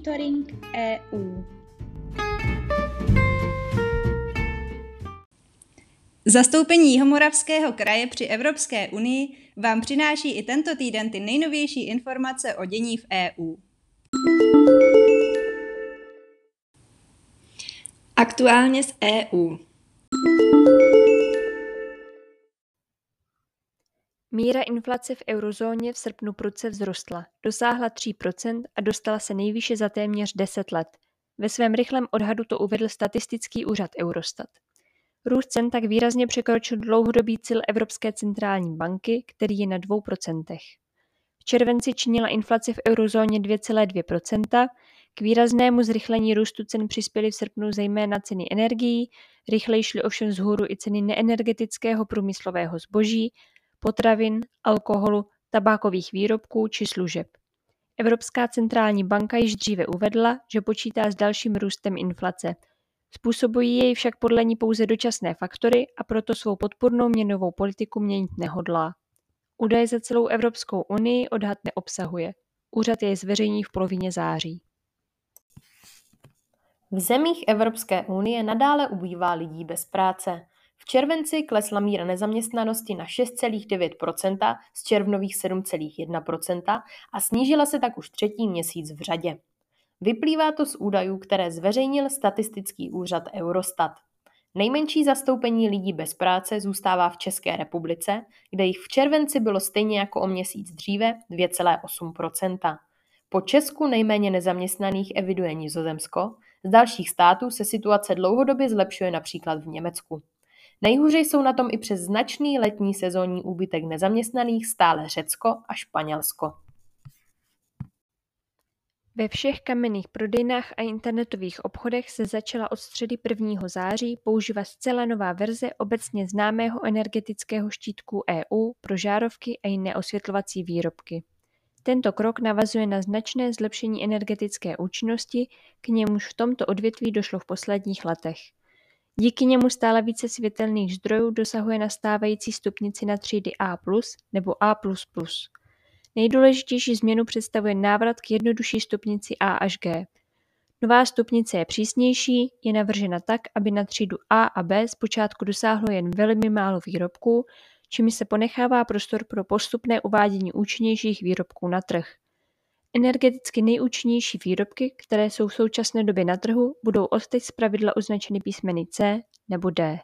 Monitoring EU. Zastoupení Jihomoravského kraje při Evropské unii vám přináší i tento týden ty nejnovější informace o dění v EU. Aktuálně z EU. Míra inflace v eurozóně v srpnu prudce vzrostla, dosáhla 3% a dostala se nejvýše za téměř 10 let. Ve svém rychlém odhadu to uvedl statistický úřad Eurostat. Růst cen tak výrazně překročil dlouhodobý cíl Evropské centrální banky, který je na 2%. V červenci činila inflace v eurozóně 2,2%, k výraznému zrychlení růstu cen přispěly v srpnu zejména ceny energií, rychleji šly ovšem vzhůru i ceny neenergetického průmyslového zboží, potravin, alkoholu, tabákových výrobků či služeb. Evropská centrální banka již dříve uvedla, že počítá s dalším růstem inflace. Způsobují jej však podle ní pouze dočasné faktory a proto svou podpůrnou měnovou politiku měnit nehodlá. Údaje za celou Evropskou unii odhad neobsahuje. Úřad jej zveřejní v polovině září. V zemích Evropské unie nadále ubývá lidí bez práce. V červenci klesla míra nezaměstnanosti na 6,9% z červnových 7,1% a snížila se tak už třetí měsíc v řadě. Vyplývá to z údajů, které zveřejnil statistický úřad Eurostat. Nejmenší zastoupení lidí bez práce zůstává v České republice, kde jich v červenci bylo stejně jako o měsíc dříve 2,8%. Po Česku nejméně nezaměstnaných eviduje Nizozemsko, z dalších států se situace dlouhodobě zlepšuje například v Německu. Nejhůře jsou na tom i přes značný letní sezónní úbytek nezaměstnaných stále Řecko a Španělsko. Ve všech kamenných prodejnách a internetových obchodech se začala od středy 1. září používat zcela nová verze obecně známého energetického štítku EU pro žárovky a jiné osvětlovací výrobky. Tento krok navazuje na značné zlepšení energetické účinnosti, k němuž v tomto odvětví došlo v posledních letech. Díky němu stále více světelných zdrojů dosahuje na stávající stupnici na třídy A+, nebo A++. Nejdůležitější změnu představuje návrat k jednodušší stupnici A až G. Nová stupnice je přísnější, je navržena tak, aby na třídu A a B zpočátku dosáhlo jen velmi málo výrobků, čímž se ponechává prostor pro postupné uvádění účinnějších výrobků na trh. Energeticky nejúčinnější výrobky, které jsou v současné době na trhu, budou odteď zpravidla označeny písmeny C nebo D.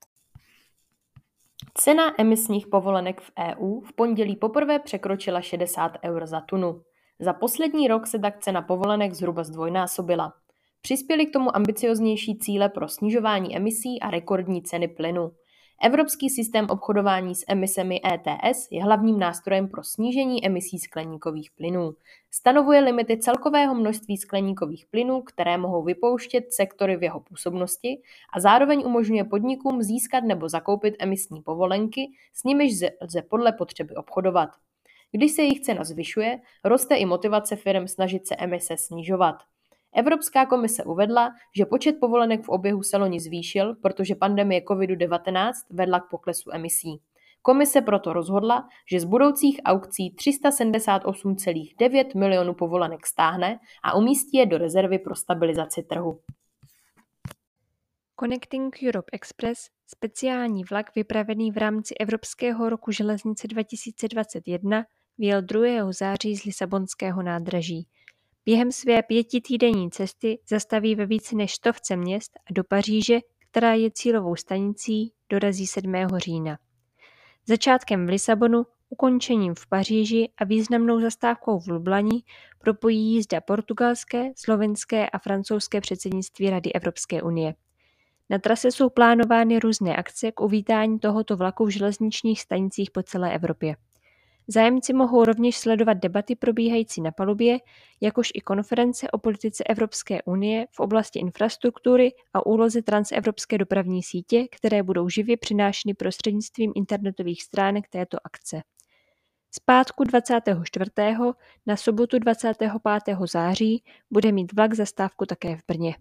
Cena emisních povolenek v EU v pondělí poprvé překročila 60 € za tunu. Za poslední rok se tak cena povolenek zhruba zdvojnásobila. Přispěly k tomu ambicioznější cíle pro snižování emisí a rekordní ceny plynu. Evropský systém obchodování s emisemi ETS je hlavním nástrojem pro snížení emisí skleníkových plynů. Stanovuje limity celkového množství skleníkových plynů, které mohou vypouštět sektory v jeho působnosti a zároveň umožňuje podnikům získat nebo zakoupit emisní povolenky, s nimiž lze podle potřeby obchodovat. Když se jejich cena zvyšuje, roste i motivace firem snažit se emise snižovat. Evropská komise uvedla, že počet povolenek v oběhu se loni zvýšil, protože pandemie COVID-19 vedla k poklesu emisí. Komise proto rozhodla, že z budoucích aukcí 378,9 milionů povolenek stáhne a umístí je do rezervy pro stabilizaci trhu. Connecting Europe Express, speciální vlak vypravený v rámci Evropského roku železnice 2021, vyjel 2. září z Lisabonského nádraží. Během své 5týdenní cesty zastaví ve více než 100 měst a do Paříže, která je cílovou stanicí, dorazí 7. října. Začátkem v Lisabonu, ukončením v Paříži a významnou zastávkou v Lublani propojí jízda portugalské, slovenské a francouzské předsednictví Rady Evropské unie. Na trase jsou plánovány různé akce k uvítání tohoto vlaku v železničních stanicích po celé Evropě. Zájemci mohou rovněž sledovat debaty probíhající na palubě, jakož i konference o politice Evropské unie v oblasti infrastruktury a úloze transevropské dopravní sítě, které budou živě přinášeny prostřednictvím internetových stránek této akce. Z pátku 24. na sobotu 25. září bude mít vlak zastávku také v Brně.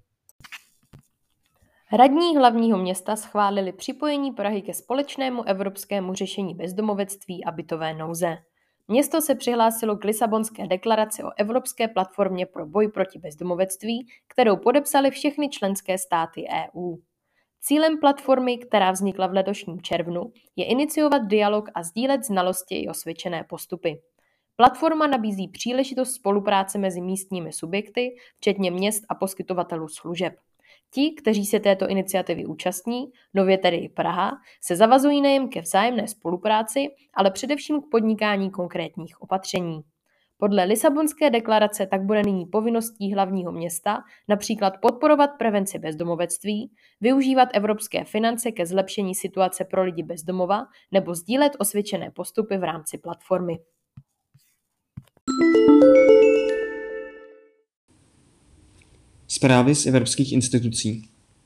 Radní hlavního města schválili připojení Prahy ke společnému evropskému řešení bezdomovectví a bytové nouze. Město se přihlásilo k Lisabonské deklaraci o Evropské platformě pro boj proti bezdomovectví, kterou podepsaly všechny členské státy EU. Cílem platformy, která vznikla v letošním červnu, je iniciovat dialog a sdílet znalosti i osvědčené postupy. Platforma nabízí příležitost spolupráce mezi místními subjekty, včetně měst a poskytovatelů služeb. Ti, kteří se této iniciativy účastní, nově tedy i Praha, se zavazují nejen ke vzájemné spolupráci, ale především k podnikání konkrétních opatření. Podle Lisabonské deklarace tak bude nyní povinností hlavního města například podporovat prevenci bezdomovectví, využívat evropské finance ke zlepšení situace pro lidi bez domova nebo sdílet osvědčené postupy v rámci platformy. Zprávy z evropských institucí.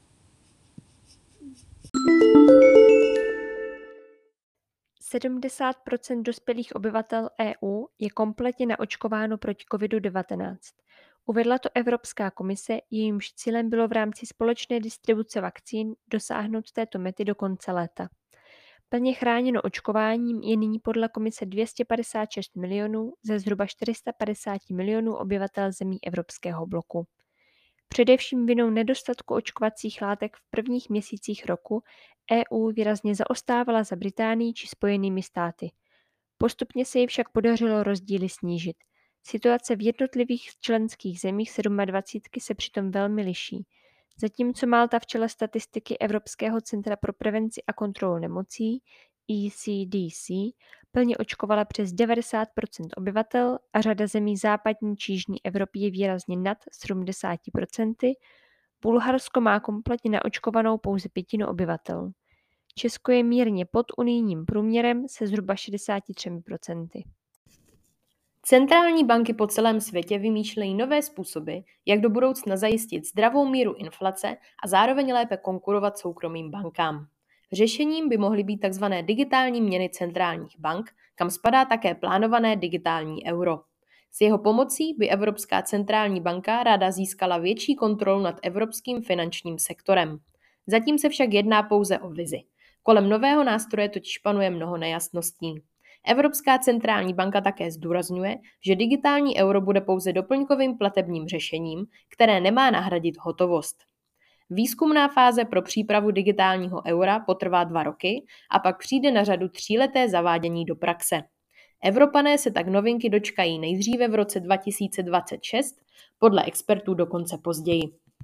Sedmdesát % dospělých obyvatel EU je kompletně naočkováno proti COVID-19. Uvedla to Evropská komise, jejímž cílem bylo v rámci společné distribuce vakcín dosáhnout této mety do konce léta. Plně chráněno očkováním je nyní podle komise 256 milionů ze zhruba 450 milionů obyvatel zemí Evropského bloku. Především vinou nedostatku očkovacích látek v prvních měsících roku EU výrazně zaostávala za Británií či Spojenými státy. Postupně se jí však podařilo rozdíly snížit. Situace v jednotlivých členských zemích 27 se přitom velmi liší. Zatímco Malta v čele statistiky Evropského centra pro prevenci a kontrolu nemocí ECDC plně očkovala přes 90% obyvatel a řada zemí západní či jižní Evropy je výrazně nad 70%, Bulharsko má kompletně naočkovanou pouze 1/5 obyvatel. Česko je mírně pod unijním průměrem se zhruba 63%. Centrální banky po celém světě vymýšlejí nové způsoby, jak do budoucna zajistit zdravou míru inflace a zároveň lépe konkurovat soukromým bankám. Řešením by mohly být tzv. Digitální měny centrálních bank, kam spadá také plánované digitální euro. S jeho pomocí by Evropská centrální banka ráda získala větší kontrolu nad evropským finančním sektorem. Zatím se však jedná pouze o vizi. Kolem nového nástroje totiž panuje mnoho nejasností. Evropská centrální banka také zdůrazňuje, že digitální euro bude pouze doplňkovým platebním řešením, které nemá nahradit hotovost. Výzkumná fáze pro přípravu digitálního eura potrvá 2 roky a pak přijde na řadu 3leté zavádění do praxe. Evropané se tak novinky dočkají nejdříve v roce 2026, podle expertů dokonce později.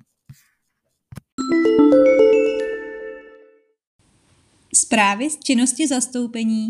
Zprávy z činnosti zastoupení.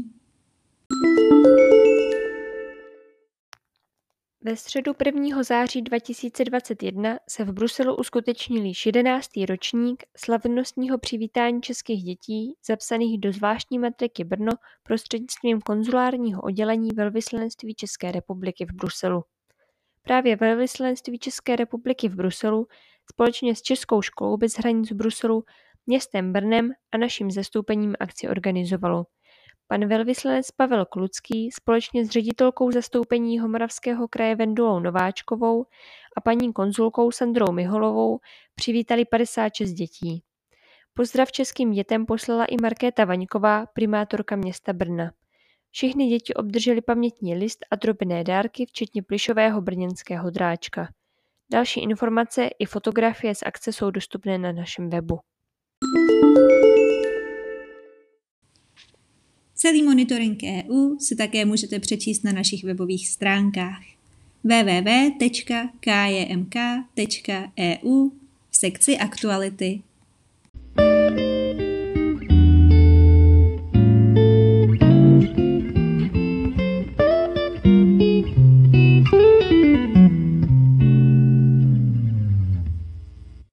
Ve středu 1. září 2021 se v Bruselu uskutečnil již 11. ročník slavnostního přivítání českých dětí zapsaných do zvláštní matriky Brno prostřednictvím konzulárního oddělení Velvyslanectví České republiky v Bruselu. Právě Velvyslanectví České republiky v Bruselu společně s Českou školou bez hranic v Bruselu, městem Brnem a naším zastoupením akci organizovalo. Pan velvyslanec Pavel Klucký společně s ředitelkou zastoupení Jihomoravského kraje Vendulou Nováčkovou a paní konzulkou Sandrou Miholovou přivítali 56 dětí. Pozdrav českým dětem poslala i Markéta Vaňková, primátorka města Brna. Všechny děti obdržely pamětní list a drobné dárky, včetně plyšového brněnského dráčka. Další informace i fotografie z akce jsou dostupné na našem webu. Celý monitoring EU si také můžete přečíst na našich webových stránkách www.kjmk.eu v sekci Aktuality.